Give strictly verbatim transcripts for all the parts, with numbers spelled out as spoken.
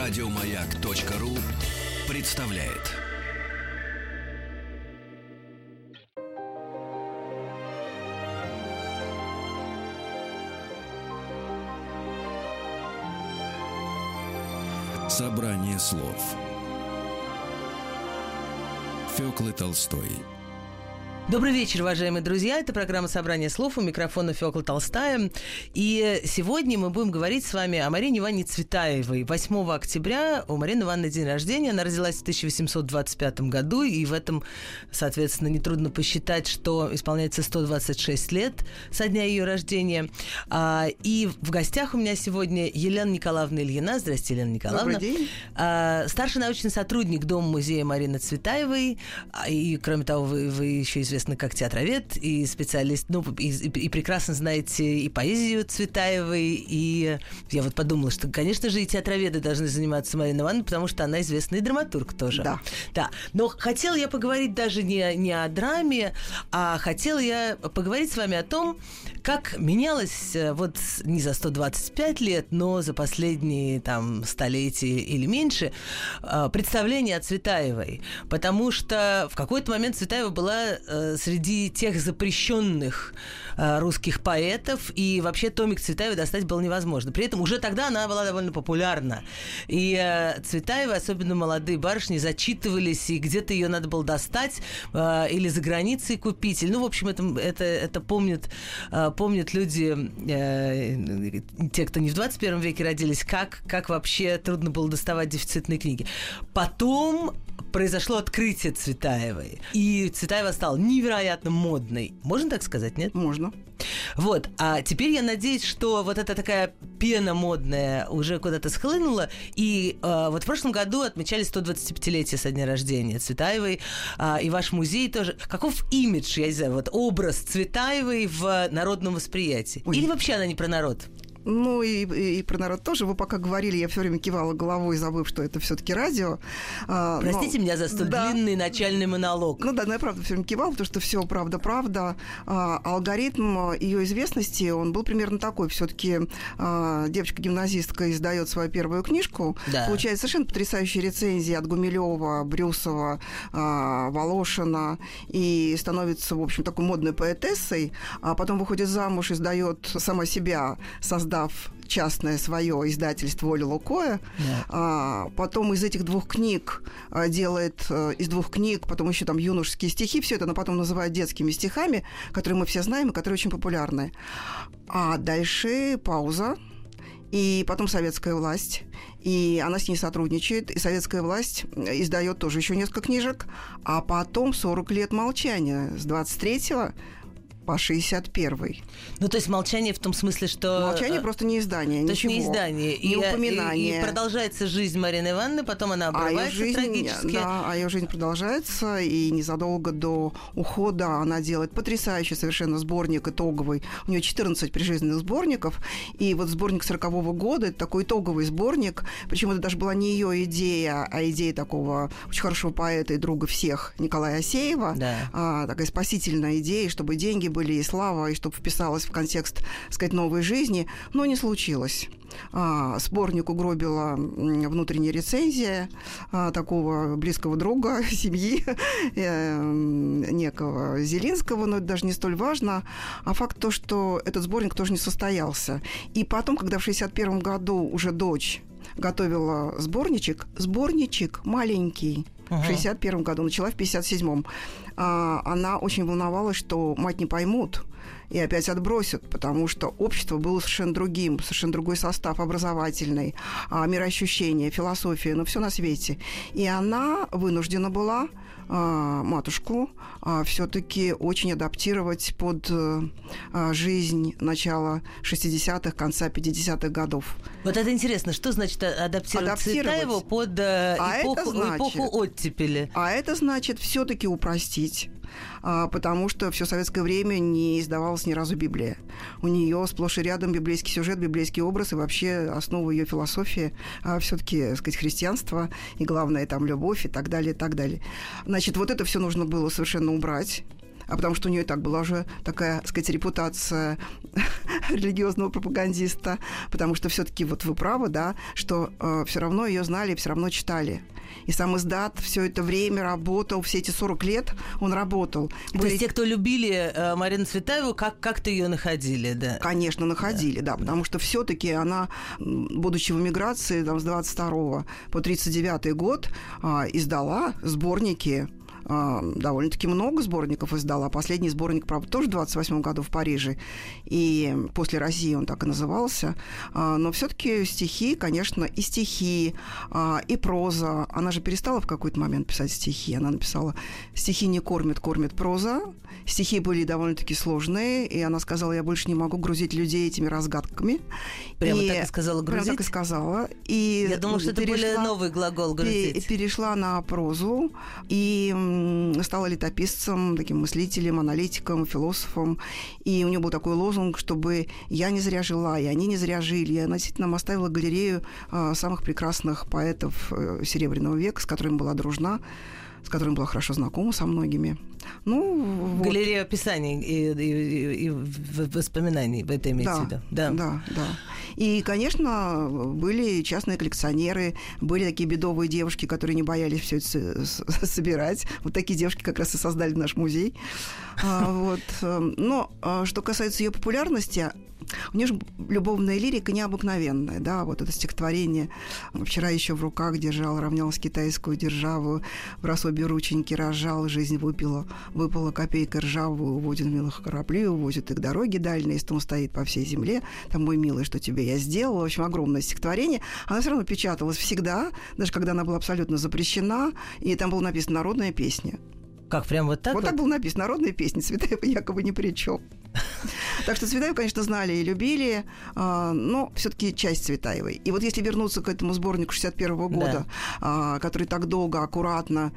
Радиомаяк.ру представляет. Собрание слов Фёклы Толстой. Добрый вечер, уважаемые друзья. Это программа «Собрание слов». У микрофона Фёкла Толстая. И сегодня мы будем говорить с вами о Марине Ивановне Цветаевой. восьмого октября у Марины Ивановны день рождения. Она родилась в тысяча восемьсот двадцать пятом году. И в этом, соответственно, нетрудно посчитать, что исполняется сто двадцать шесть лет со дня ее рождения. И в гостях у меня сегодня Елена Николаевна Ильина. Здравствуйте, Елена Николаевна. Добрый день. Старший научный сотрудник Дома-музея Марины Цветаевой. И, кроме того, вы, вы еще известны как театровед и специалист, ну, и, и, и прекрасно знаете и поэзию Цветаевой, и я вот подумала, что, конечно же, и театроведы должны заниматься Мариной Ивановной, потому что она известный драматург тоже. Да. Да. Но хотела я поговорить даже не, не о драме, а хотела я поговорить с вами о том, как менялось вот не за сто двадцать пять лет, но за последние там столетия или меньше представление о Цветаевой. Потому что в какой-то момент Цветаева была среди тех запрещенных русских поэтов, и вообще томик Цветаевой достать было невозможно. При этом уже тогда она была довольно популярна. И Цветаева, особенно молодые барышни, зачитывались, и где-то ее надо было достать или за границей купить. Ну, в общем, это, это, это помнят помнят люди, э, те, кто не в двадцать первом веке родились, как, как вообще трудно было доставать дефицитные книги. Потом произошло открытие Цветаевой, и Цветаева стала невероятно модной. Можно так сказать, нет? Можно. Вот, а теперь я надеюсь, что вот эта такая пена модная уже куда-то схлынула, и э, вот в прошлом году отмечали сто двадцатипятилетие со дня рождения Цветаевой, э, и ваш музей тоже. Каков имидж, я не знаю, вот образ Цветаевой в народном восприятии? Ой. Или вообще она не про народ? Ну, и, и, и про народ тоже. Вы пока говорили, я все время кивала головой, забыв, что это все-таки радио. Простите но... меня за столь да. длинный начальный монолог. Ну да, но я правда все время кивала, потому что все правда-правда. А, алгоритм ее известности, он был примерно такой. Все-таки а, девочка-гимназистка издает свою первую книжку, да. Получает совершенно потрясающие рецензии от Гумилева, Брюсова, а, Волошина, и становится, в общем, такой модной поэтессой, а потом выходит замуж, издает сама себя, создав дав частное свое издательство Оля Лукоя. Yeah. А, потом из этих двух книг а, делает, а, из двух книг, потом еще там юношеские стихи, все это она потом называет детскими стихами, которые мы все знаем и которые очень популярны. А дальше пауза, и потом советская власть, и она с ней сотрудничает, и советская власть издает тоже еще несколько книжек, а потом сорок лет молчания с двадцать третьего по шестьдесят первый. Ну, то есть молчание в том смысле, что... Молчание просто не издание, то ничего. То есть не издание. Не и, упоминание. И, и продолжается жизнь Марины Ивановны, потом она обрывается а жизнь, трагически. Да, а ее жизнь продолжается, и незадолго до ухода она делает потрясающий совершенно сборник итоговый. У нее четырнадцать прижизненных сборников, и вот сборник сорокового года, это такой итоговый сборник, причем это даже была не ее идея, а идея такого очень хорошего поэта и друга всех Николая Асеева. Да. А, такая спасительная идея, чтобы деньги были и слава, и чтобы вписалась в контекст, так сказать, новой жизни, но не случилось. А, сборник угробила внутренняя рецензия а, такого близкого друга, семьи, э, некого Зелинского, но это даже не столь важно. А факт то, что этот сборник тоже не состоялся. И потом, когда в шестьдесят первом году уже дочь готовила сборничек, сборничек маленький, в шестьдесят первом году, начала в пятьдесят седьмом. А, она очень волновалась, что мать не поймут и опять отбросят, потому что общество было совершенно другим, совершенно другой состав образовательный, а, мироощущение, философия, ну, все на свете. И она вынуждена была а, матушку а, все-таки очень адаптировать под а, жизнь начала шестидесятых, конца пятидесятых годов. Вот это интересно, что значит адаптировать, адаптировать. Цветаеву под а, эпоху, значит, эпоху оттепели? А это значит все-таки упростить. Потому что все советское время не издавалась ни разу Библия. У нее сплошь и рядом библейский сюжет, библейский образ, и вообще основа ее философии все-таки, так сказать, христианство, и главное там любовь и так далее, и так далее. Значит, вот это все нужно было совершенно убрать. а потому что у нее и так была уже такая, так сказать, репутация религиозного пропагандиста, потому что все-таки вот вы правы, да, что э, все равно ее знали, все равно читали. И сам издат все это время работал, все эти сорок лет он работал. То Были... есть те, кто любили э, Марину Цветаеву, как- как-то ее находили, да? Конечно, находили, да, да, потому что все-таки она, будучи в эмиграции там, с двадцать второго по тридцать девятый год, э, издала сборники. Довольно-таки много сборников издала. Последний сборник, правда, тоже в двадцать восьмом году в Париже. И «После России» он так и назывался. Но все-таки стихи, конечно, и стихи, и проза. Она же перестала в какой-то момент писать стихи. Она написала «Стихи не кормят, кормит проза». Стихи были довольно-таки сложные, и она сказала, я больше не могу грузить людей этими разгадками. Прямо и... так и сказала грузить? Прямо так и сказала. И я думала, что перешла... это более новый глагол грузить. Перешла на прозу и стала летописцем, таким мыслителем, аналитиком, философом. И у нее был такой лозунг, чтобы я не зря жила, и они не зря жили. И она действительно нам оставила галерею а, самых прекрасных поэтов а, Серебряного века, с которыми была дружна, с которыми была хорошо знакома со многими. Ну, вот. Галерея описаний и, и, и воспоминаний, вы это имеете в виду? Да, да, да. И, конечно, были частные коллекционеры, были такие бедовые девушки, которые не боялись все это собирать. Вот такие девушки как раз и создали наш музей. Вот. Но что касается ее популярности, у нее же любовная лирика необыкновенная, да, вот это стихотворение «Вчера еще в руках держал, равнял с китайскую державу, в особе рученьки рожал, жизнь выпила, выпала копейка ржавую, уводит милых корабли, увозит их дороги дальние, стон стоит по всей земле, там, мой милый, что тебе я сделала». В общем, огромное стихотворение. Она все равно печаталась всегда, даже когда она была абсолютно запрещена, и там было написано «Народная песня». Как, прям вот так? Вот, вот? так было написано «Народная песня», Цветаева якобы ни при чем. Так что Цветаеву, конечно, знали и любили, но все-таки часть Цветаевой. И вот если вернуться к этому сборнику шестьдесят первого года, да. который так долго, аккуратно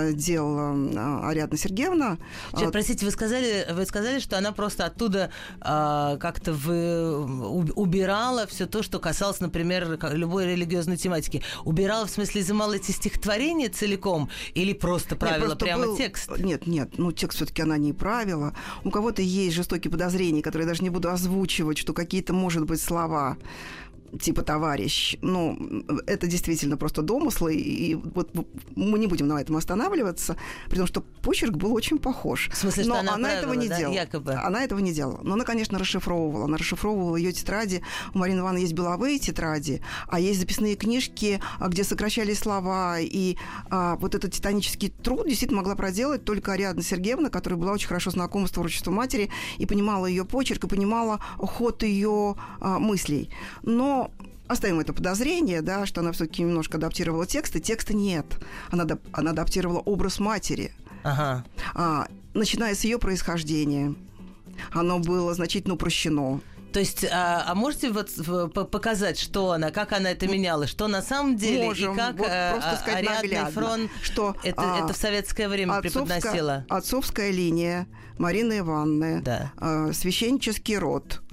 делала Ариадна Сергеевна... Сейчас, простите, вы сказали, вы сказали, что она просто оттуда а, как-то вы, убирала все то, что касалось, например, любой религиозной тематики. Убирала, в смысле, изымала эти стихотворения целиком или просто правила нет, просто прямо был... текст? Нет, нет, ну текст все-таки она не правила. У кого-то есть жестокие подозрения, которые я даже не буду озвучивать, что какие-то, может быть, слова типа «товарищ». Ну, это действительно просто домыслы, и вот мы не будем на этом останавливаться, при том, что почерк был очень похож. В смысле, но что она, она правила, этого не да, делала. Якобы. Она этого не делала. Но она, конечно, расшифровывала. Она расшифровывала ее тетради. У Марины Ивановны есть беловые тетради, а есть записные книжки, где сокращались слова. И а, вот этот титанический труд действительно могла проделать только Ариадна Сергеевна, которая была очень хорошо знакома с творчеством матери и понимала ее почерк, и понимала ход ее а, мыслей. Но оставим это подозрение, да, что она все-таки немножко адаптировала тексты. Текста нет. Она, она адаптировала образ матери. Ага. А, начиная с ее происхождения. Оно было значительно упрощено. То есть, а, а можете вот показать, что она, как она это меняла, что на самом деле, можем, и как вот а, Ариадна Фрон что, это, а, это в советское время отцовская, преподносила? Отцовская линия Марины Ивановны, да. а, священнический род,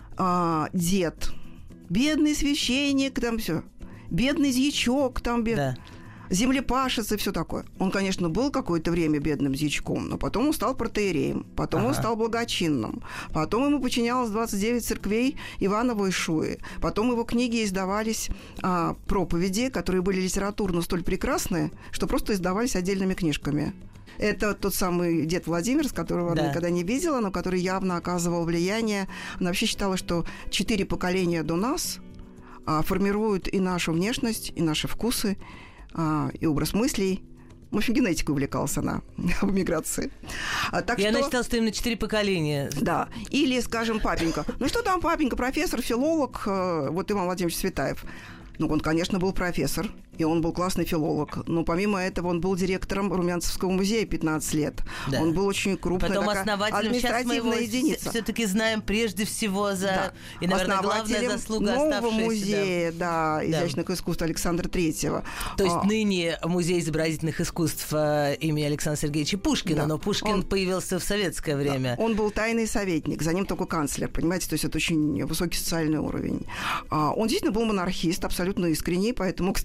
а, дед, бедный священник, там все, бедный дьячок, там бед... да. землепашец и все такое. Он, конечно, был какое-то время бедным дьячком, но потом он стал протоиереем, потом ага. он стал благочинным, потом ему подчинялось двадцать девять церквей Ивановой и Шуи, потом его книги издавались, а, проповеди, которые были литературно столь прекрасные, что просто издавались отдельными книжками. Это тот самый дед Владимир, с которого да. она никогда не видела, но который явно оказывал влияние. Она вообще считала, что четыре поколения до нас а, формируют и нашу внешность, и наши вкусы, а, и образ мыслей. В общем, генетикой увлекалась она в эмиграции. А, так и что... она считала, что именно четыре поколения. Да. Или, скажем, папенька. Ну что там папенька, профессор, филолог, вот Иван Владимирович Цветаев. Ну, он, конечно, был профессор, и он был классный филолог. Но помимо этого он был директором Румянцевского музея пятнадцать лет. Да. Он был очень крупная Потом такая административная единица. Все-таки знаем прежде всего за... Да. И, наверное, главная заслуга нового музея, да, да, изящных да. искусств Александра Третьего. То есть а... ныне музей изобразительных искусств имени Александра Сергеевича Пушкина, да. но Пушкин он... появился в советское время. Да. Он был тайный советник, за ним только канцлер, понимаете? То есть это очень высокий социальный уровень. А, он действительно был монархист, абсолютно искренний, поэтому, кстати, его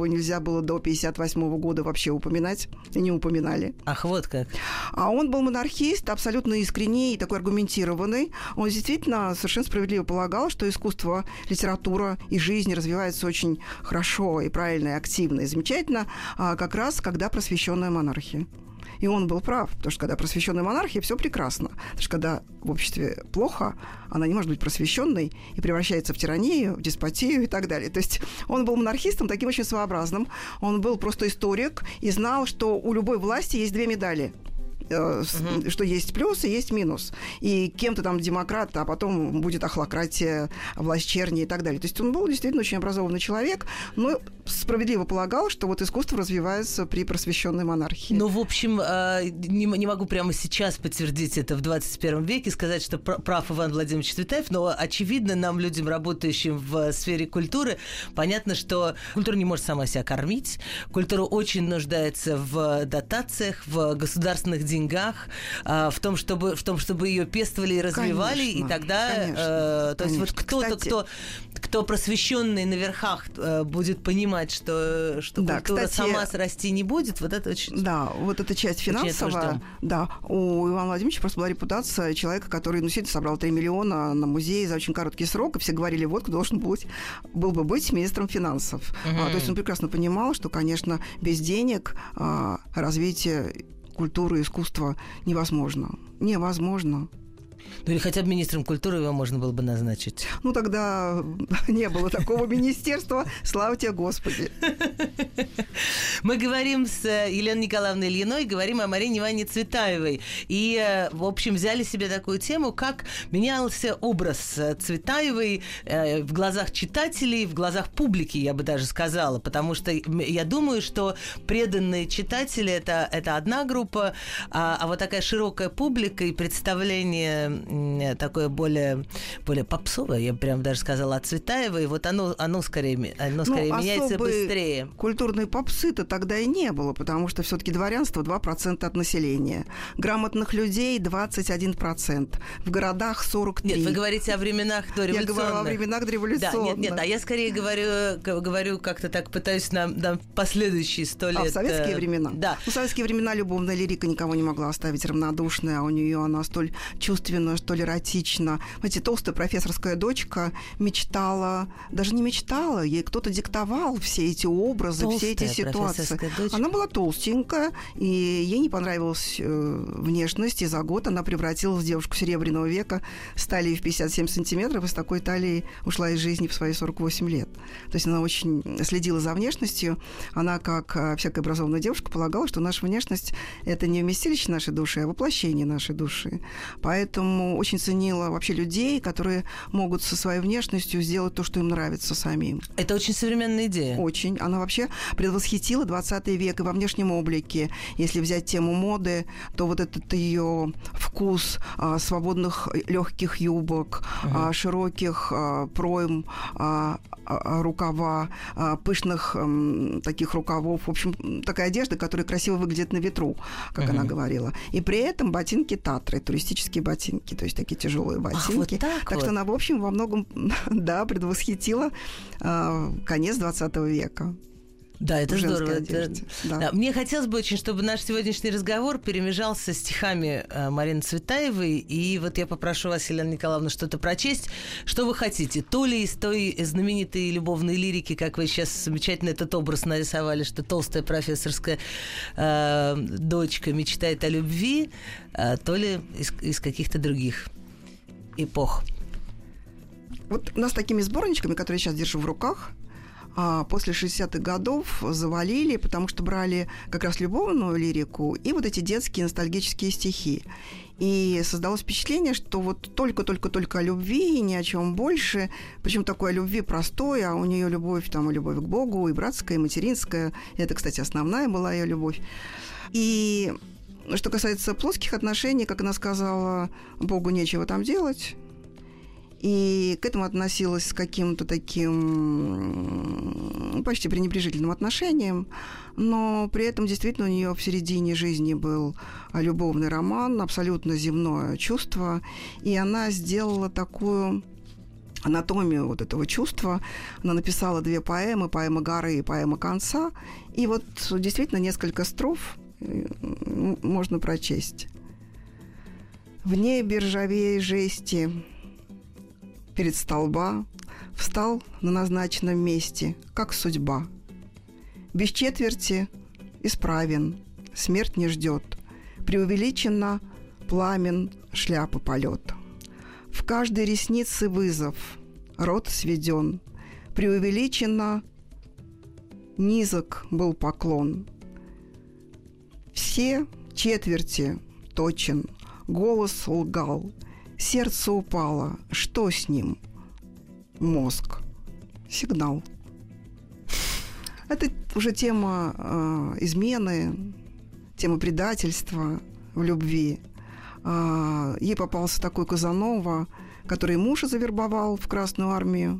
его нельзя было до пятьдесят восьмого года вообще упоминать, и не упоминали. Ах, вот как. А он был монархист, абсолютно искренний и такой аргументированный. Он действительно совершенно справедливо полагал, что искусство, литература и жизнь развиваются очень хорошо и правильно, и активно, и замечательно, а как раз когда просвещенная монархия. И он был прав, потому что когда просвещенная монархия, все прекрасно. Потому что когда в обществе плохо, она не может быть просвещенной и превращается в тиранию, в деспотию и так далее. То есть он был монархистом таким очень своеобразным. Он был просто историк и знал, что у любой власти есть две медали. Uh-huh. Что есть плюс и есть минус. И кем-то там демократ, а потом будет охлократия, власть черни и так далее. То есть он был действительно очень образованный человек, но справедливо полагал, что вот искусство развивается при просвещенной монархии. Ну, в общем, не, не могу прямо сейчас подтвердить это в двадцать первом веке, сказать, что прав Иван Владимирович Цветаев, но очевидно нам, людям, работающим в сфере культуры, понятно, что культура не может сама себя кормить, культура очень нуждается в дотациях, в государственных деньгах, деньгах, а, в том, чтобы, в том, чтобы ее пестовали и развивали, конечно, и тогда, конечно, э, то конечно. есть вот кто-то, Кстати, кто, кто просвещенный на верхах э, будет понимать, что, что да, культура кстати, сама расти не будет, вот это очень... Да, вот эта часть финансовая, да, у Ивана Владимировича просто была репутация человека, который, ну, действительно собрал три миллиона на музей за очень короткий срок, и все говорили, вот кто должен был, был бы быть министром финансов. Uh-huh. А, то есть он прекрасно понимал, что, конечно, без денег а, развитие культуры и искусства невозможно. Невозможно. Ну или хотя бы министром культуры его можно было бы назначить. Ну тогда не было такого министерства. Слава тебе, Господи. Мы говорим с Еленой Николаевной Ильиной, говорим о Марине Ивановне Цветаевой. И, в общем, взяли себе такую тему, как менялся образ Цветаевой в глазах читателей, в глазах публики, я бы даже сказала. Потому что я думаю, что преданные читатели это, это одна группа, а, а вот такая широкая публика и представление такое более, более попсовое, я бы прям даже сказала, от Цветаевой, вот оно, оно скорее, оно скорее ну, меняется быстрее. Культурной попсы-то тогда и не было, потому что все-таки дворянство два процента от населения. Грамотных людей двадцать один процент. В городах сорок три процента. Нет, вы говорите о временах дореволюционных. Я говорю о временах дореволюционных. Да, нет, нет, а я скорее говорю, говорю как-то так, пытаюсь на, на последующие сто лет. А в советские времена? Да. В советские времена любовная лирика никого не могла оставить равнодушной, а у нее она столь чувственна, столь эротична. Знаете, толстая профессорская дочка мечтала, даже не мечтала, ей кто-то диктовал все эти образы, толстая все эти ситуации. Дочка. Она была толстенькая, и ей не понравилась э, внешность, и за год она превратилась в девушку Серебряного века с талией в пятьдесят семь сантиметров, и с такой талией ушла из жизни в свои сорок восемь лет. То есть она очень следила за внешностью. Она, как э, всякая образованная девушка, полагала, что наша внешность – это не вместилище нашей души, а воплощение нашей души. Поэтому очень ценила вообще людей, которые могут со своей внешностью сделать то, что им нравится самим. Это очень современная идея. Очень. Она вообще предвосхитила двадцатый век и во внешнем облике. Если взять тему моды, то вот этот ее вкус а, свободных легких юбок, угу. а, широких а, пройм, а, а, рукава, а, пышных а, таких рукавов. В общем, такая одежда, которая красиво выглядит на ветру, как угу. она говорила. И при этом ботинки Татры, туристические ботинки, то есть такие тяжелые ботинки. Ах, вот так так вот. что она, в общем, во многом, да, предвосхитила э, конец двадцатого века. Да, это здорово. Это... Да. Да. Мне хотелось бы очень, чтобы наш сегодняшний разговор перемежался стихами э, Марины Цветаевой. И вот я попрошу вас, Елена Николаевна, что-то прочесть. Что вы хотите? То ли из той знаменитой любовной лирики, как вы сейчас замечательно этот образ нарисовали, что толстая профессорская э, дочка мечтает о любви, э, то ли из, из каких-то других эпох. Вот у нас такими сборничками, которые я сейчас держу в руках, после шестидесятых годов завалили, потому что брали как раз любовную лирику и вот эти детские ностальгические стихи. И создалось впечатление, что вот только-только-только о любви и ни о чем больше. Причем такой о любви простой, а у нее любовь, там, и любовь к Богу, и братская, и материнская. Это, кстати, основная была ее любовь. И что касается плоских отношений, как она сказала, Богу нечего там делать. И к этому относилась с каким-то таким почти пренебрежительным отношением, но при этом действительно у нее в середине жизни был любовный роман, абсолютно земное чувство, и она сделала такую анатомию вот этого чувства. Она написала две поэмы, поэма «Горы» и поэма «Конца». И вот действительно несколько строф можно прочесть. В небе ржавее жести перед столба встал на назначенном месте, как судьба. Без четверти исправен, смерть не ждет. Преувеличенно пламен шляпы полет. В каждой реснице вызов, рот сведен. Преувеличенно низок был поклон. Все четверти точен, голос лгал, сердце упало. Что с ним? Мозг. Сигнал. Это уже тема э, измены, тема предательства в любви. Э, ей попался такой Казанова, который мужа завербовал в Красную армию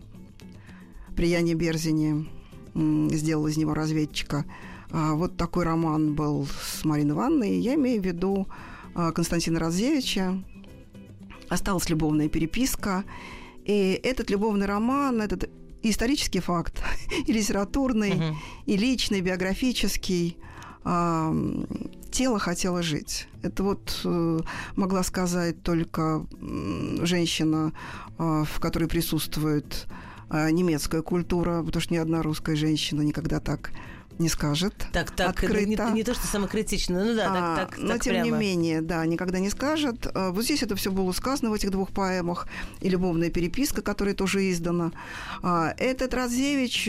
при Яне Берзине, э, сделал из него разведчика. Э, вот такой роман был с Мариной Ивановной. Я имею в виду э, Константина Радзевича. Осталась любовная переписка. И этот любовный роман, этот и исторический факт, и литературный, uh-huh. и личный, биографический. Э, тело хотело жить. Это вот э, могла сказать только э, женщина, э, в которой присутствует э, немецкая культура, потому что ни одна русская женщина никогда так не скажет. Так, так, открыто. Не, не то, что самокритично, ну да, а, так, так, но так тем прямо. не менее, да, никогда не скажет. Вот здесь это все было сказано в этих двух поэмах. И «Любовная переписка», которая тоже издана. Этот Радзевич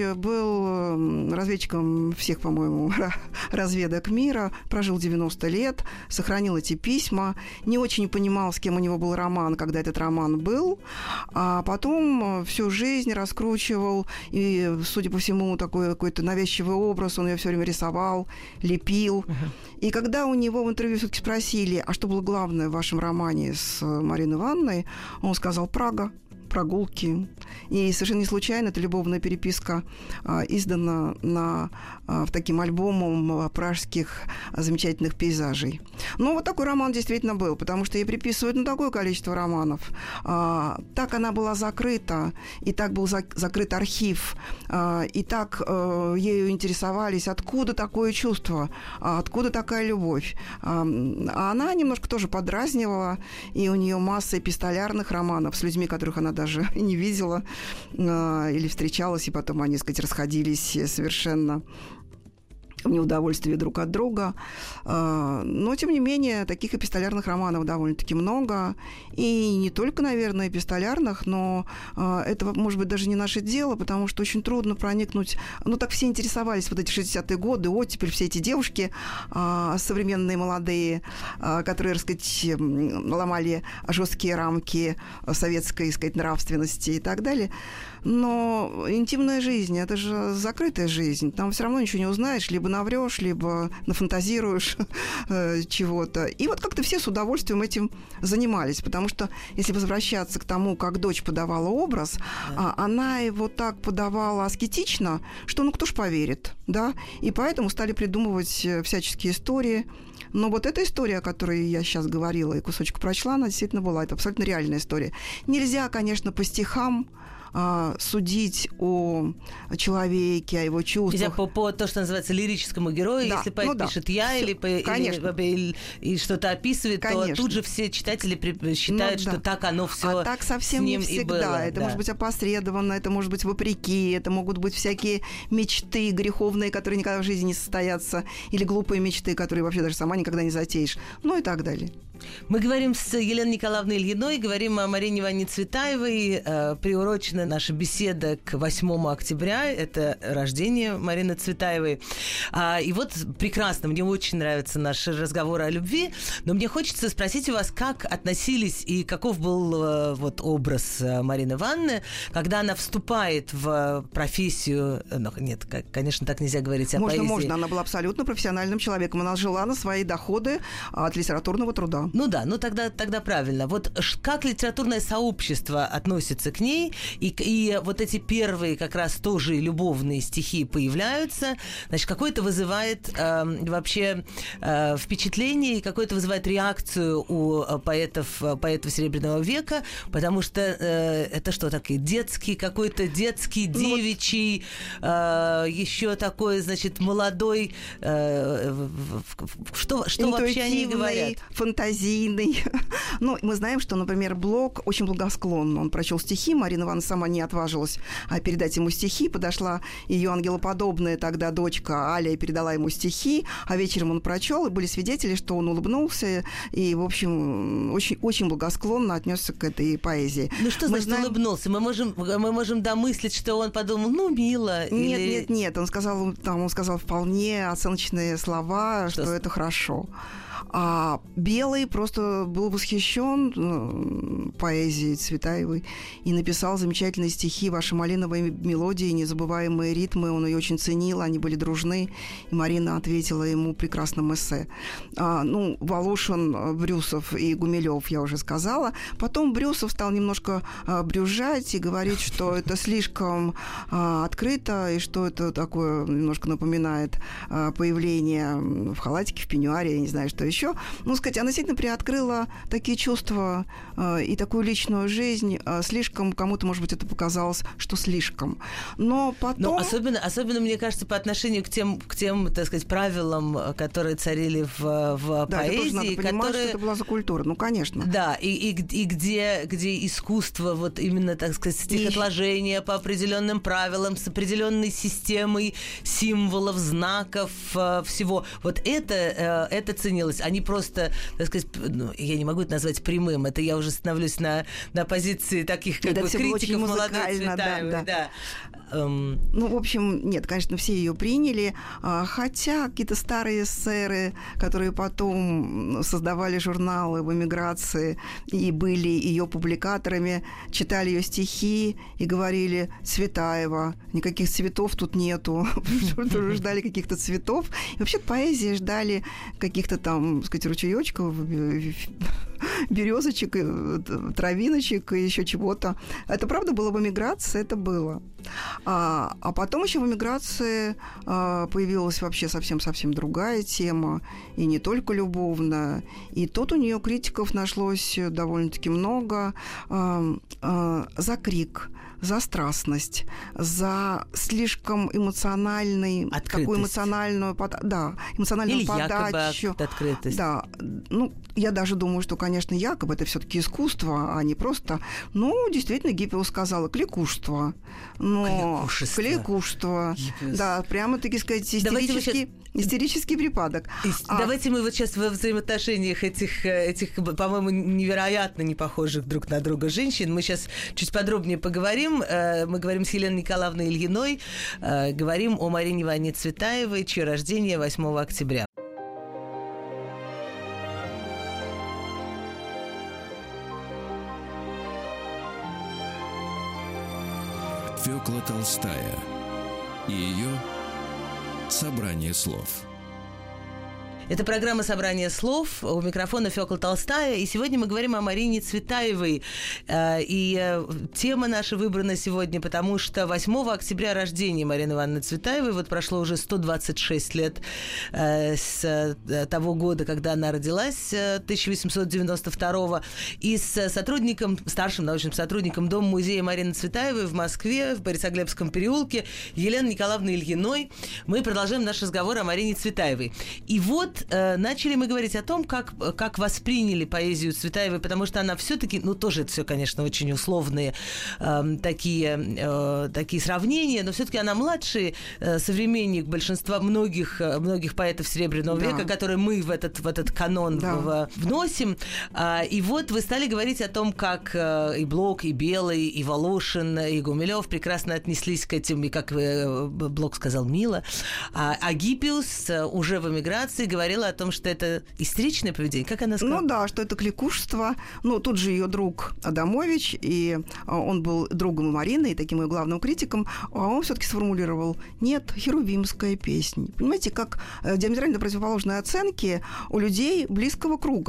был разведчиком всех, по-моему, разведок мира, прожил девяносто лет, сохранил эти письма, не очень понимал, с кем у него был роман, когда этот роман был, а потом всю жизнь раскручивал, и, судя по всему, такой какой-то навязчивый образ, он ее все время рисовал, лепил. Uh-huh. И когда у него в интервью все-таки спросили, а что было главное в вашем романе с Мариной Ивановной, он сказал: Прага, прогулки. И совершенно не случайно эта любовная переписка а, издана на, а, в таким альбомом пражских а, замечательных пейзажей. Но вот такой роман действительно был, потому что ей приписывают ну, такое количество романов. А, так она была закрыта, и так был за, закрыт архив, а, и так а, ею интересовались, откуда такое чувство, а, откуда такая любовь. А, а она немножко тоже подразнивала, и у нее масса эпистолярных романов с людьми, которых она даже не видела э, или встречалась, и потом они, так сказать, расходились совершенно в неудовольствии друг от друга. Э, но, тем не менее, таких эпистолярных романов довольно-таки много. И не только, наверное, эпистолярных, но э, это, может быть, даже не наше дело, потому что очень трудно проникнуть. Ну, так все интересовались вот эти шестидесятые годы, оттепель, все эти девушки э, современные, молодые, э, которые, так сказать, ломали жесткие рамки советской, так сказать, нравственности и так далее. Но интимная жизнь, это же закрытая жизнь. Там все равно ничего не узнаешь, либо наврешь, либо нафантазируешь э, чего-то. И вот как-то все с удовольствием этим занимались, потому что, если возвращаться к тому, как дочь подавала образ, да. а, она его так подавала аскетично, что ну кто ж поверит, да? И поэтому стали придумывать всяческие истории. Но вот эта история, о которой я сейчас говорила и кусочек прочла, она действительно была. Это абсолютно реальная история. Нельзя, конечно, по стихам судить о человеке, о его чувствах. Нельзя по, по то, что называется лирическому герою, да. Если поэт ну, пишет да. «я» Всё, или, по, или, или и что-то описывает, конечно. То тут же все читатели при, считают, ну, да. что так оно все а так совсем с ним не всегда. И было. Это да. может быть опосредованно, это может быть вопреки, это могут быть всякие мечты греховные, которые никогда в жизни не состоятся, или глупые мечты, которые вообще даже сама никогда не затеешь, ну и так далее. Мы говорим с Еленой Николаевной Ильиной, говорим о Марине Ивановне Цветаевой. Э, приурочена наша беседа к восьмому октября. Это рождение Марины Цветаевой. А, и вот прекрасно, мне очень нравятся наши разговоры о любви, но мне хочется спросить у вас, как относились и каков был э, вот, образ Марины Ивановны, когда она вступает в профессию... Ну, нет, как, конечно, так нельзя говорить о можно, поэзии. Можно, можно. Она была абсолютно профессиональным человеком. Она жила на свои доходы от литературного труда. да. Ну да, ну тогда, тогда правильно. Вот как литературное сообщество относится к ней, и, и вот эти первые как раз тоже любовные стихи появляются, значит, какое-то вызывает э, вообще э, впечатление, и какое-то вызывает реакцию у поэтов, поэтов Серебряного века, потому что э, это что такое? Детский, какой-то детский, девичий, э, еще такой, значит, молодой, э, что, что вообще они говорят? Фантазийный. Ну, мы знаем, что, например, Блок очень благосклонно. Он прочел стихи, Марина Ивановна сама не отважилась передать ему стихи, подошла ее ангелоподобная тогда дочка Аля и передала ему стихи, а вечером он прочел, и были свидетели, что он улыбнулся и, в общем, очень, очень благосклонно отнесся к этой поэзии. Ну, что мы значит знаем... улыбнулся? Мы можем, мы можем домыслить, что он подумал, ну, мило. Нет, или... нет, нет. Он сказал, там, он сказал вполне оценочные слова, что, что это хорошо. А Белый просто был восхищен поэзией Цветаевой и написал замечательные стихи «Ваши малиновые мелодии, незабываемые ритмы». Он ее очень ценил, они были дружны. И Марина ответила ему прекрасным эссе. А, ну, Волошин, Брюсов и Гумилев я уже сказала. Потом Брюсов стал немножко а, брюзжать и говорить, что это слишком а, открыто, и что это такое немножко напоминает а, появление в халатике, в пеньюаре, я не знаю, что еще. Ну, сказать, она действительно приоткрыла такие чувства э, и такую личную жизнь. Э, слишком, кому-то, может быть, это показалось, что слишком. Но потом... Но особенно, особенно, мне кажется, по отношению к тем, к тем, так сказать, правилам, которые царили в, в да, поэзии. Это тоже надо понимать, которые... что это была за культура. Ну, конечно. Да, и, и, и где, где искусство, вот именно, так сказать, стихотворение и... по определенным правилам, с определенной системой символов, знаков, всего. Вот это, это ценилось. Они просто, так сказать, ну, я не могу это назвать прямым, это я уже становлюсь на, на позиции таких как это бы критиков молодой Цветаевой. Да, да. Да. Um... Ну, в общем, нет, конечно, все ее приняли, хотя какие-то старые эсеры, которые потом создавали журналы в эмиграции и были ее публикаторами, читали ее стихи и говорили: Цветаева, никаких цветов тут нету, ждали каких-то цветов. И вообще поэзии ждали каких-то там, так сказать, ручеёчков, березочек, травиночек и еще чего-то. Это правда было в эмиграции, это было. А, а потом еще в эмиграции а, появилась вообще совсем-совсем другая тема, и не только любовная. И тут у нее критиков нашлось довольно-таки много а, а, за крик, за страстность, за слишком эмоциональный, такую эмоциональную, да, эмоциональную или подачу. Якобы открытость. Да, ну, я даже думаю, что, конечно, якобы это все-таки искусство, а не просто. Ну, действительно, Гиппиус сказала кликушество. Но кликушество. Кликушество. Да, прямо-таки сказать, истерический, истерический припадок. А... Давайте мы вот сейчас во взаимоотношениях этих, этих, по-моему, невероятно не похожих друг на друга женщин. Мы сейчас чуть подробнее поговорим. Мы говорим с Еленой Николаевной Ильиной, говорим о Марине Ивановне Цветаевой, чье рождение восьмого октября. Фёкла Толстая и ее собрание слов. Это программа «Собрание слов». У микрофона Фёкла Толстая. И сегодня мы говорим о Марине Цветаевой. И тема наша выбрана сегодня, потому что восьмого октября рождения Марины Ивановны Цветаевой. Вот прошло уже сто двадцать шесть лет с того года, когда она родилась, тысяча восемьсот девяносто второго. И с сотрудником, старшим научным сотрудником Дома-музея Марины Цветаевой в Москве, в Борисоглебском переулке, Еленой Николаевной Ильиной, мы продолжаем наш разговор о Марине Цветаевой. И вот начали мы говорить о том, как, как восприняли поэзию Цветаевой, потому что она все-таки, ну, тоже это все, конечно, очень условные э, такие, э, такие сравнения, но все-таки она младший э, современник большинства многих, многих поэтов Серебряного да. века, которые мы в этот, в этот канон да. в, вносим. А, и вот вы стали говорить о том, как э, и Блок, и Белый, и Волошин, и Гумилев прекрасно отнеслись к этим, и как э, Блок сказал, мило. А, а Гиппиус э, уже в эмиграции говорил говорила о том, что это истеричное поведение. Как она сказала? Ну да, что это кликушество. Ну, тут же ее друг Адамович, и он был другом Марины, и таким ее главным критиком, а он все-таки сформулировал: нет, херувимская песня. Понимаете, как диаметрально противоположные оценки у людей близкого круга.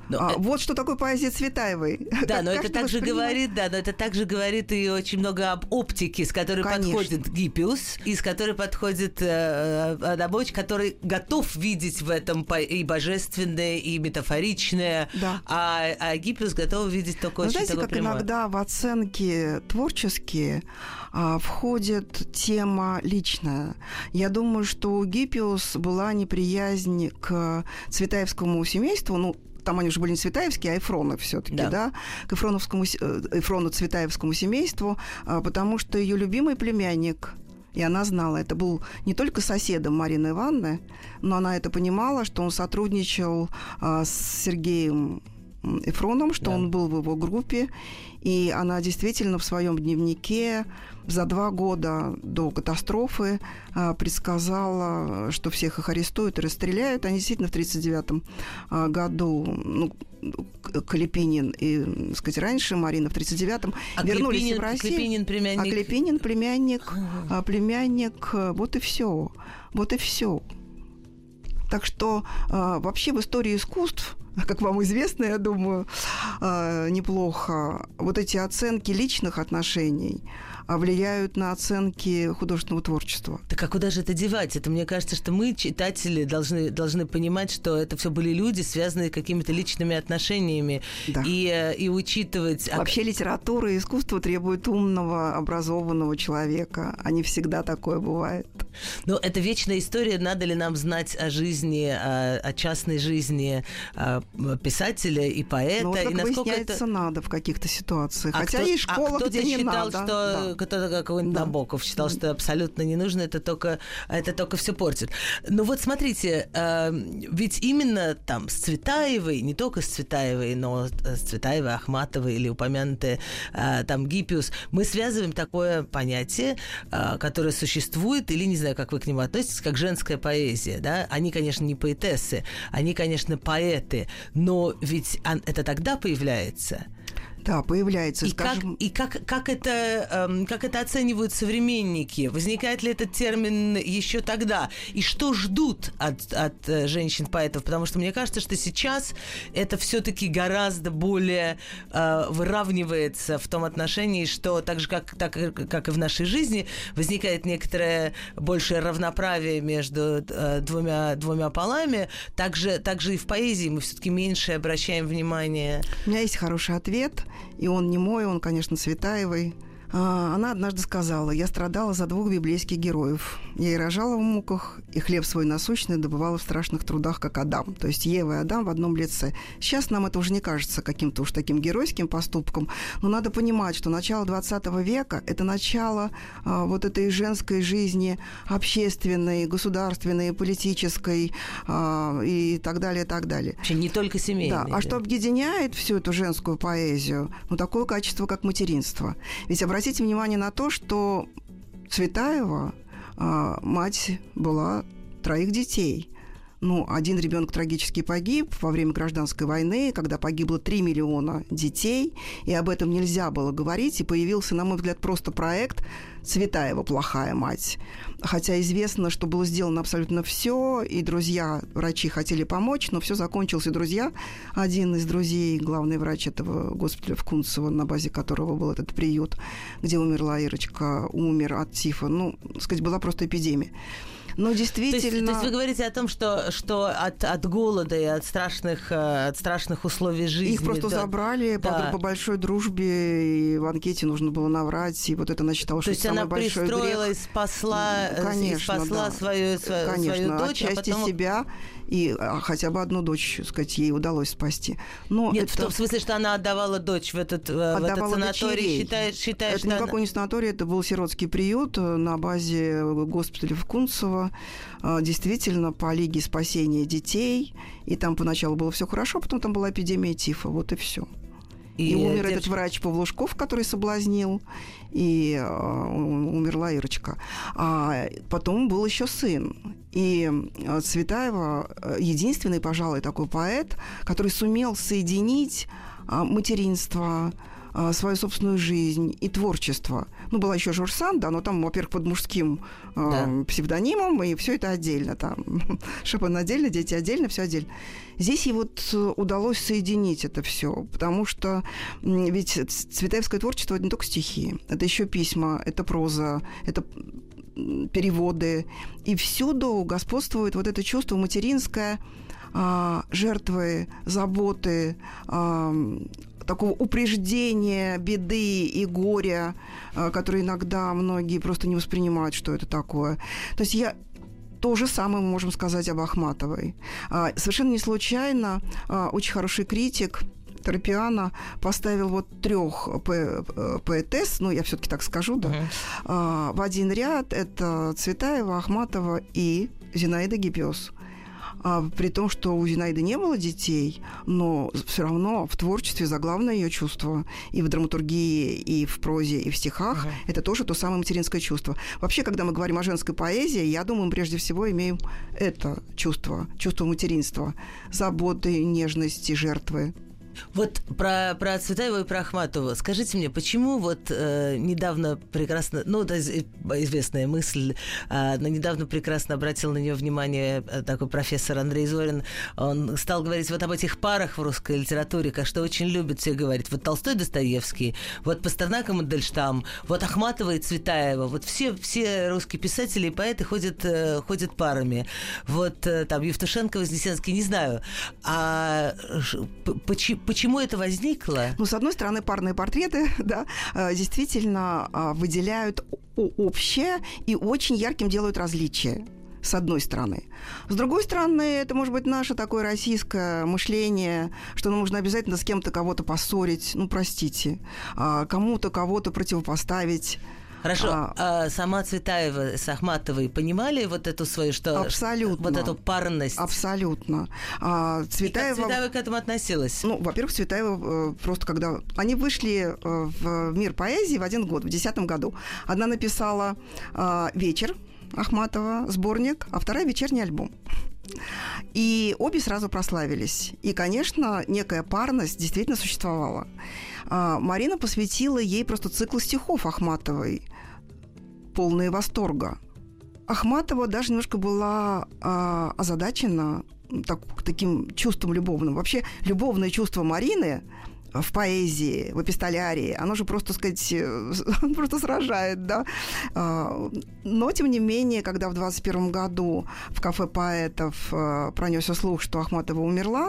Но а, это... Вот что такое поэзия Цветаевой. Да, но это также говорит, да, но это также говорит и очень много об оптике, с которой Конечно. подходит Гиппиус, и с которой подходит э, Адамович, который готов видеть в этом и божественное, и метафоричное, да. а, а Гиппиус готов видеть только но очень знаете, такое как прямое. Иногда в оценки творческие а, входит тема личная. Я думаю, что у Гиппиус была неприязнь к Цветаевскому семейству, ну, там они уже были не Цветаевские, а Эфроны все-таки, да, да к Эфроновскому, Эфрону Цветаевскому семейству, потому что ее любимый племянник, и она знала, это был не только соседом Марины Ивановны, но она это понимала, что он сотрудничал а, с Сергеем Эфроном, что да. он был в его группе, и она действительно в своем дневнике за два года до катастрофы а, предсказала, что всех их арестуют и расстреляют. Они действительно в тридцать девятом а, году, ну, Клепинин и, так сказать, раньше, Марина в тридцать девятом а вернулись Клепинин, в Россию. Клепинин племянник. А Клепинин племянник, а, племянник, вот и все, вот и все. Так что а, вообще в истории искусств, как вам известно, я думаю, а, неплохо, вот эти оценки личных отношений влияют на оценки художественного творчества. Так а куда же это девать? Это, мне кажется, что мы, читатели, должны, должны понимать, что это все были люди, связанные какими-то личными отношениями. Да. И, и учитывать... Вообще литература и искусство требуют умного, образованного человека. А не всегда такое бывает. Но это вечная история. Надо ли нам знать о жизни, о, о частной жизни писателя и поэта? Ну, вот, как и насколько выясняется, это... надо в каких-то ситуациях. А Хотя кто, есть школа, а где не считал, надо. Что... Да. Кто-то, какой-нибудь да. Набоков, считал, что абсолютно не нужно, это только, это только все портит. Но вот смотрите, э, ведь именно там с Цветаевой, не только с Цветаевой, но с Цветаевой, Ахматовой или упомянутая э, там Гиппиус, мы связываем такое понятие, э, которое существует, или не знаю, как вы к нему относитесь, как женская поэзия. Да? Они, конечно, не поэтессы, они, конечно, поэты, но ведь это тогда появляется. Да, появляется, и скажем... Как, и как, как, это, эм, как это оценивают современники? Возникает ли этот термин еще тогда? И что ждут от, от э, женщин-поэтов? Потому что мне кажется, что сейчас это все-таки гораздо более э, выравнивается в том отношении, что так же, как, так, как и в нашей жизни, возникает некоторое большее равноправие между э, двумя, двумя полами, так же, так же и в поэзии мы все-таки меньше обращаем внимание. У меня есть хороший ответ. И он не мой, он, конечно, Цветаевой. Она однажды сказала: «Я страдала за двух библейских героев. Я и рожала в муках, и хлеб свой насущный добывала в страшных трудах, как Адам». То есть Ева и Адам в одном лице. Сейчас нам это уже не кажется каким-то уж таким геройским поступком, но надо понимать, что начало двадцатого века – это начало а, вот этой женской жизни, общественной, государственной, политической а, и так далее, и так далее. Вообще не только семейной. Да. А что объединяет всю эту женскую поэзию? Ну, такое качество, как материнство. Ведь обратите внимание на то, что Цветаева, а, мать была троих детей. Ну, один ребенок трагически погиб во время гражданской войны, когда погибло три миллиона детей, и об этом нельзя было говорить, и появился, на мой взгляд, просто проект «Цветаева плохая мать». Хотя известно, что было сделано абсолютно все, и друзья, врачи хотели помочь, но все закончилось, и друзья, один из друзей, главный врач этого госпиталя в Кунцево, на базе которого был этот приют, где умерла Ирочка, умер от тифа, ну, так сказать, была просто эпидемия. Но действительно... То есть, то есть вы говорите о том, что, что от, от голода и от страшных, от страшных условий жизни... Их просто да, забрали да. по, по большой дружбе, и в анкете нужно было наврать, и вот это она считала, что это самый большой грех. То есть она пристроила и спасла, конечно, и спасла да. свою, свою, конечно, свою дочь, отчасти а потом... себя, и а, хотя бы одну дочь, так сказать, ей удалось спасти. Но Нет, это... в том смысле, что она отдавала дочь в этот, в этот санаторий, считает, считает, это что никакой она... не санаторий, это был сиротский приют на базе госпиталя в Кунцево. Действительно, по Лиге спасения детей. И там поначалу было все хорошо, потом там была эпидемия тифа. Вот и все. И, и умер девочка... этот врач Павлушков, который соблазнил, и э, умерла Ирочка. А потом был еще сын. И Цветаева единственный, пожалуй, такой поэт, который сумел соединить материнство, а, свою собственную жизнь и творчество. Ну, была еще Жорж Санд, да, но там, во-первых, под мужским а, да. псевдонимом, и все это отдельно. Там Шопен отдельно, дети отдельно, все отдельно. Здесь ей вот удалось соединить это все, потому что ведь цветаевское творчество – это не только стихи, это еще письма, это проза, это переводы. И всюду господствует вот это чувство материнское, а, жертвы, заботы, а, такого упреждения беды и горя, а, которые иногда многие просто не воспринимают, что это такое. То есть я... То же самое мы можем сказать об Ахматовой. А, совершенно не случайно а, очень хороший критик Тропиано поставил вот трех поэтесс, ну, я все-таки так скажу, да, uh-huh. а, в один ряд. Это Цветаева, Ахматова и Зинаида Гиппиус. А, при том, что у Зинаиды не было детей, но все равно в творчестве заглавное ее чувство и в драматургии, и в прозе, и в стихах. Uh-huh. Это тоже то самое материнское чувство. Вообще, когда мы говорим о женской поэзии, я думаю, мы прежде всего имеем это чувство, чувство материнства, заботы, нежности, жертвы. Вот про, про Цветаеву и про Ахматову. Скажите мне, почему вот э, недавно прекрасно... Ну, это известная мысль, э, но недавно прекрасно обратил на нее внимание такой профессор Андрей Зорин. Он стал говорить вот об этих парах в русской литературе, как что очень любит все говорить. Вот Толстой, Достоевский, вот Пастернак и Мандельштам, вот Ахматова и Цветаева. Вот все, все русские писатели и поэты ходят, э, ходят парами. Вот э, там Евтушенко, Вознесенский, не знаю. А почему... Почему это возникло? Ну, с одной стороны, парные портреты, да, действительно выделяют общее и очень ярким делают различия. С одной стороны. С другой стороны, это может быть наше такое российское мышление, что ну, нужно обязательно с кем-то кого-то поссорить, ну, простите, кому-то кого-то противопоставить. Хорошо, а, а сама Цветаева с Ахматовой понимали вот эту свою, что... Абсолютно. Вот эту парность? Абсолютно. А, Цветаева... И как Цветаева к этому относилась? Ну, во-первых, Цветаева просто когда... Они вышли в мир поэзии в один год, в десятом году. Одна написала а, «Вечер» Ахматова, сборник, а вторая «Вечерний альбом». И обе сразу прославились. И, конечно, некая парность действительно существовала. А, Марина посвятила ей просто цикл стихов Ахматовой, полные восторга. Ахматова даже немножко была а, озадачена так, таким чувством любовным. Вообще, любовное чувство Марины в поэзии, в эпистолярии, оно же просто, так сказать, просто сражает, да. Но, тем не менее, когда в двадцать первом году в кафе поэтов пронесся слух, что Ахматова умерла,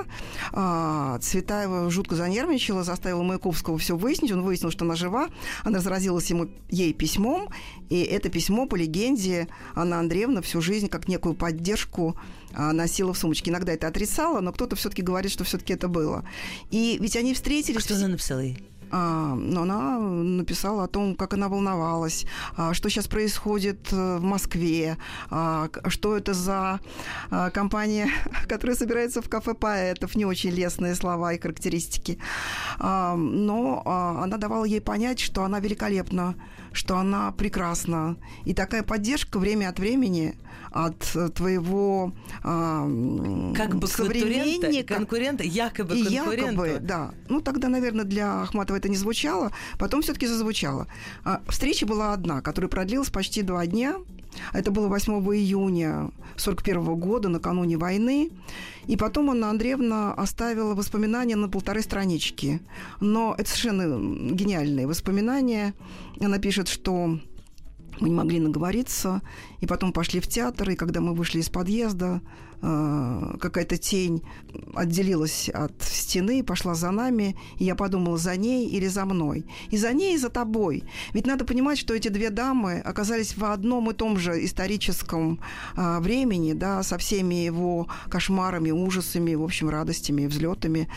Цветаева жутко занервничала, заставила Маяковского все выяснить. Он выяснил, что она жива. Она разразилась ему, ей письмом, и это письмо, по легенде, Анна Андреевна всю жизнь как некую поддержку носила в сумочке. Иногда это отрицала, но кто-то все-таки говорит, что все-таки это было. И ведь они встретились... Что она написала ей? А, но она написала о том, как она волновалась, а, что сейчас происходит в Москве, а, что это за а, компания, которая собирается в кафе поэтов, не очень лестные слова и характеристики. А, но а, она давала ей понять, что она великолепна, что она прекрасна. И такая поддержка время от времени от твоего а, как бы современника, конкурента, якобы конкурента. Якобы, да. Ну, тогда, наверное, для Ахматовой это не звучало, потом все-таки зазвучало. А, встреча была одна, которая продлилась почти два дня. Это было восьмого июня сорок первого года, накануне войны. И потом Анна Андреевна оставила воспоминания на полторы странички. Но это совершенно гениальные воспоминания. Она пишет, что мы не могли наговориться, и потом пошли в театр, и когда мы вышли из подъезда, какая-то тень отделилась от стены, пошла за нами, и я подумала, за ней или за мной. И за ней, и за тобой. Ведь надо понимать, что эти две дамы оказались в одном и том же историческом а, времени, да, со всеми его кошмарами, ужасами, в общем, радостями, взлетами,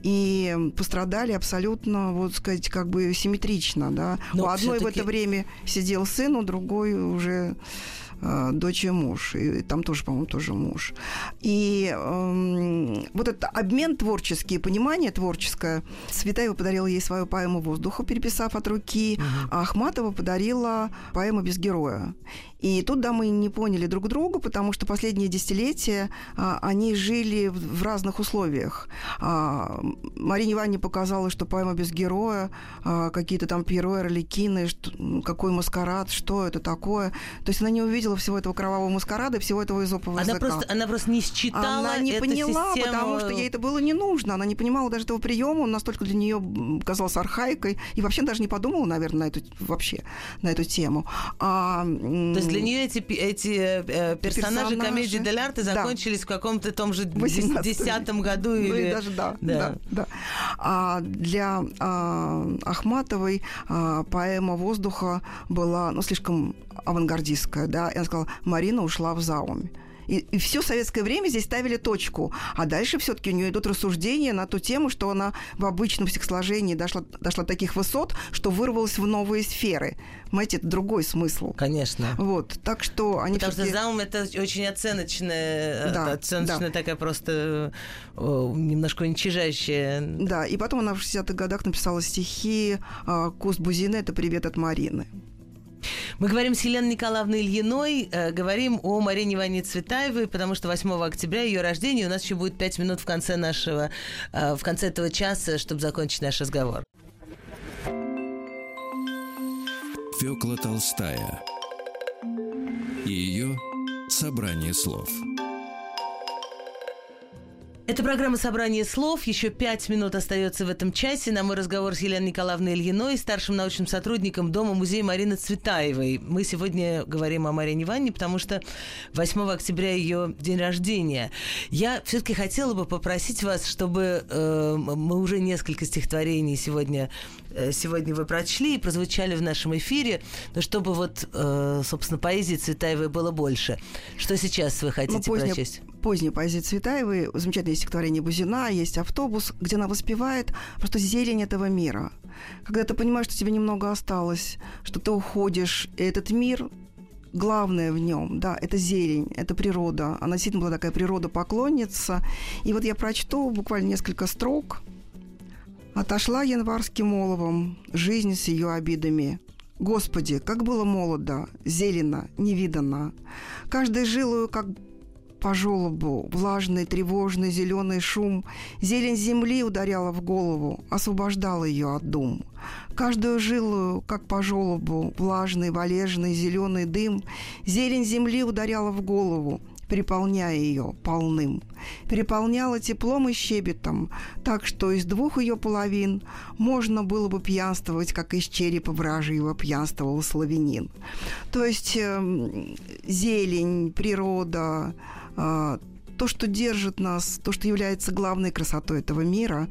и пострадали абсолютно, вот сказать, как бы симметрично, да. Но у одной всё-таки... в это время сидел сын, у другой уже дочь и муж, и там тоже, по-моему, тоже муж. И э, вот этот обмен творческий, понимание творческое. Цветаева подарила ей свою поэму «Воздуха», переписав от руки, uh-huh. а Ахматова подарила поэму «Без героя». И тут дамы не поняли друг друга, потому что последние десятилетия а, они жили в, в разных условиях. А, Марине Ивановне показалось, что поэма без героя, а, какие-то там Пьеро, Арлекины, что, какой маскарад, что это такое. То есть она не увидела всего этого кровавого маскарада и всего этого эзопового она языка. Просто, она просто не считала Она не эту поняла, систему... потому что ей это было не нужно. Она не понимала даже этого приема, он настолько для нее казался архаикой. И вообще даже не подумала, наверное, на эту, вообще, на эту тему. А, То есть для нее эти, эти э, персонажи, персонажи комедии дель-арте закончились да. в каком-то том же десятом году. Ну, или... и даже да. да. да, да. А для а, Ахматовой а, поэма «Воздуха» была ну, слишком авангардистская. Да? И она сказала, Марина ушла в заумь. И, и все советское время здесь ставили точку. А дальше все-таки у нее идут рассуждения на ту тему, что она в обычном стихосложении дошла, дошла до таких высот, что вырвалась в новые сферы. Понимаете, это другой смысл. Конечно. Вот, так что они Потому что заум — это очень оценочная, да, оценочная да. такая просто о, немножко уничижающая. Да, и потом она в шестидесятых годах написала стихи «Куст Бузины» — это «Привет от Марины». Мы говорим с Еленой Николаевной Ильиной, э, говорим о Марине Ивановне Цветаевой, потому что восьмого октября ее рождение. У нас еще будет пять минут в конце нашего, э, в конце этого часа, чтобы закончить наш разговор. Фёкла Толстая и ее собрание слов. Это программа «Собрание слов». Еще пять минут остается в этом часе на мой разговор с Еленой Николаевной Ильиной, старшим научным сотрудником Дома-музея Марины Цветаевой. Мы сегодня говорим о Марине Ивановне, потому что восьмого октября ее день рождения. Я все-таки хотела бы попросить вас, чтобы э, мы уже несколько стихотворений сегодня, э, сегодня вы прочли и прозвучали в нашем эфире, но чтобы вот, э, собственно, поэзии Цветаевой было больше. Что сейчас вы хотите ну, поздняя, прочесть? Поздняя поэзия Цветаевой, замечательное стихотворение Бузина, есть «Автобус», где она воспевает просто зелень этого мира. Когда ты понимаешь, что тебе немного осталось, что ты уходишь, и этот мир, главное в нем, да, это зелень, это природа. Она действительно была такая природа-поклонница. И вот я прочту буквально несколько строк. «Отошла январским оловом жизнь с ее обидами. Господи, как было молодо, зелено, невиданно. Каждой жилою, как по желобу, влажный, тревожный, зеленый шум, зелень земли ударяла в голову, освобождала ее от дум. Каждую жилу, как по желобу, влажный, валежный, зеленый дым, зелень земли ударяла в голову, переполняя ее полным. Переполняла теплом и щебетом, так что из двух ее половин можно было бы пьянствовать, как из черепа вражьего пьянствовал славянин». То есть э, зелень, природа, э, то, что держит нас, то, что является главной красотой этого мира,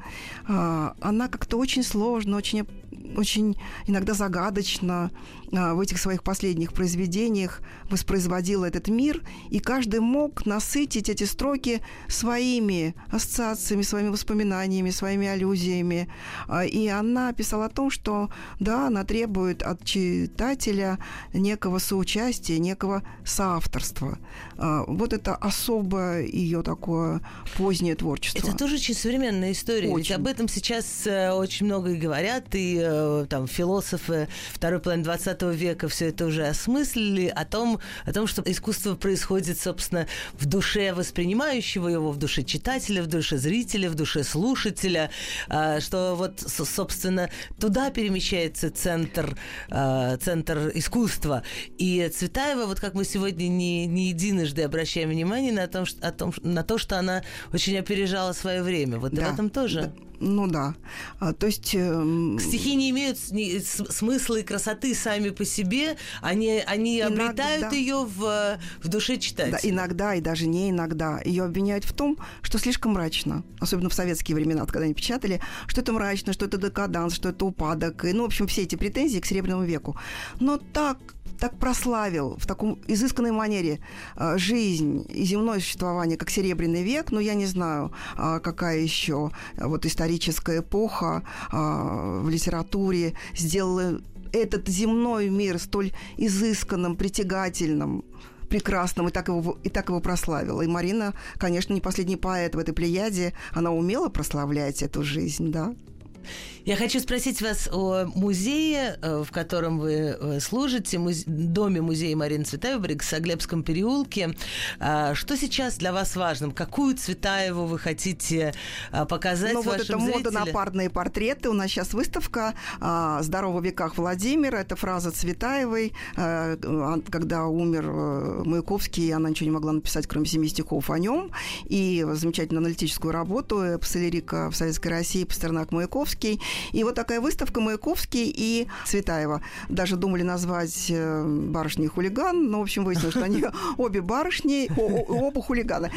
э, она как-то очень сложно, очень, очень иногда загадочно э, в этих своих последних произведениях воспроизводила этот мир, и каждый мог насытить эти строки своими ассоциациями, своими воспоминаниями, своими аллюзиями. Э, и она писала о том, что, да, она требует от читателя некого соучастия, некого соавторства. Э, вот это особое ее такое позднее творчество. Это тоже очень современная история. Очень. Ведь об этом сейчас э, очень много и говорят, и э, там философы второй половины двадцатого века все это уже осмыслили, о том, о том, что искусство происходит, собственно, в душе воспринимающего его, в душе читателя, в душе зрителя, в душе слушателя, э, что вот, собственно, туда перемещается центр, э, центр искусства. И Цветаева, вот как мы сегодня не, не единожды обращаем внимание на, том, что, о том, на то, что она очень опережала свое время. Вот да, в этом тоже. Да. Ну да. А, то есть... Э, стихи не имеют не, смысла и красоты сами по себе, они, они иногда, обретают ее в, в душе читателя. Да, иногда и даже не иногда. Ее обвиняют в том, что слишком мрачно, особенно в советские времена, когда они печатали, что это мрачно, что это декаданс, что это упадок. И, ну, в общем, все эти претензии к Серебряному веку. Но так... так прославил в таком изысканной манере э, жизнь и земное существование, как Серебряный век, но я не знаю, э, какая еще э, вот историческая эпоха э, в литературе сделала этот земной мир столь изысканным, притягательным, прекрасным, и так его, и так его прославила. И Марина, конечно, не последний поэт в этой плеяде, она умела прославлять эту жизнь, да. Я хочу спросить вас о музее, в котором вы служите, музе... доме музея Марины Цветаевой в Борисоглебском переулке. Что сейчас для вас важным? Какую Цветаеву вы хотите показать ну, вашим зрителям? Ну вот это мода на парные портреты. У нас сейчас выставка «Здорово в веках Владимира». Это фраза Цветаевой, когда умер Маяковский, она ничего не могла написать, кроме семи стихов о нем. И замечательную аналитическую работу «Псалерика в Советской России», Пастернак, Маяковский. И вот такая выставка Маяковский и Цветаева. Даже думали назвать «Барышни и хулиган», но, в общем, выяснилось, что они обе барышни, оба хулиганы.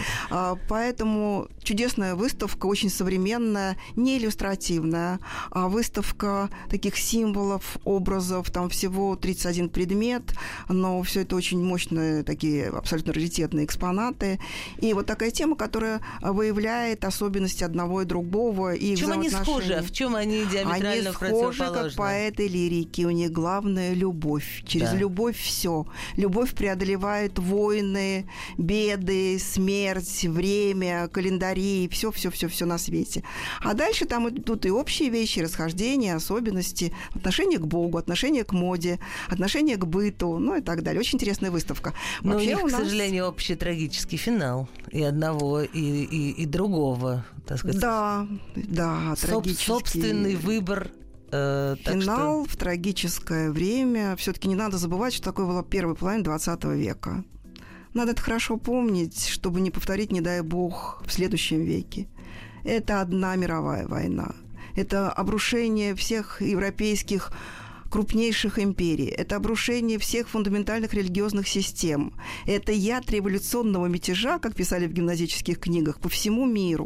Поэтому чудесная выставка, очень современная, не иллюстративная, а выставка таких символов, образов, там всего тридцать один предмет, но все это очень мощные, такие абсолютно раритетные экспонаты. И вот такая тема, которая выявляет особенности одного и другого. И в чем они схожи, а в чем они диаметрально они схожи, как поэты лирики. У них главная любовь. Через да. любовь все. Любовь преодолевает войны, беды, смерть, время, календари, все-все-все-все на свете. А дальше там идут и общие вещи, расхождения, особенности, отношение к Богу, отношение к моде, отношение к быту, ну и так далее. Очень интересная выставка. Но Вообще, у них, у нас... к сожалению, общий трагический финал. И одного, и, и, и другого, так сказать. Да, да, трагический. Собственный выбор. Э, Финал что... в трагическое время. Все-таки не надо забывать, что такое была первая половина двадцатого века. Надо это хорошо помнить, чтобы не повторить, не дай бог, в следующем веке. Это одна мировая война. Это обрушение всех европейских крупнейших империй. Это обрушение всех фундаментальных религиозных систем. Это яд революционного мятежа, как писали в гимназических книгах, по всему миру.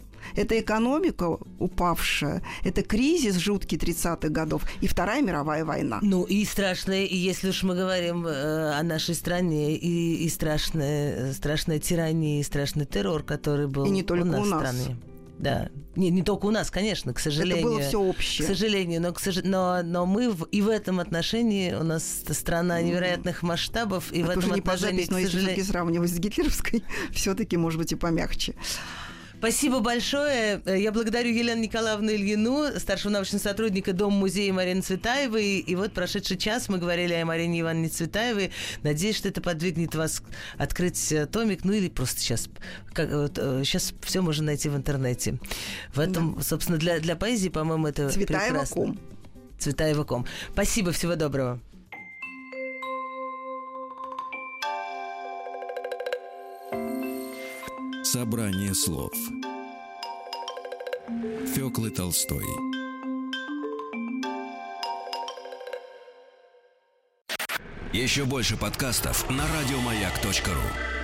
Это экономика упавшая, это кризис жуткий тридцатых годов и Вторая мировая война. Ну и страшная, и если уж мы говорим э, о нашей стране, и, и страшная, страшная тирания, и страшный террор, который был и не только у нас, у нас. в стране. Да, не, не только у нас, конечно, к сожалению. Это было все общее. К сожалению, но, к сож... но, но мы в... и в этом отношении у нас страна невероятных масштабов, и а в этом не отношении, по запись, но к сожалению... если сравнивать с гитлеровской, все-таки, может быть, и помягче. Спасибо большое. Я благодарю Елену Николаевну Ильину, старшего научного сотрудника Дома-музея Марины Цветаевой. И вот прошедший час мы говорили о Марине Ивановне Цветаевой. Надеюсь, что это подвигнет вас открыть томик. Ну или просто сейчас. Как, вот, сейчас все можно найти в интернете. В этом, да. собственно, для, для поэзии, по-моему, это Цветаева прекрасно. ком. Цветаева ком. Спасибо, всего доброго. Собрание слов Фёклы Толстой. Еще больше подкастов на радиомаяк точка ру.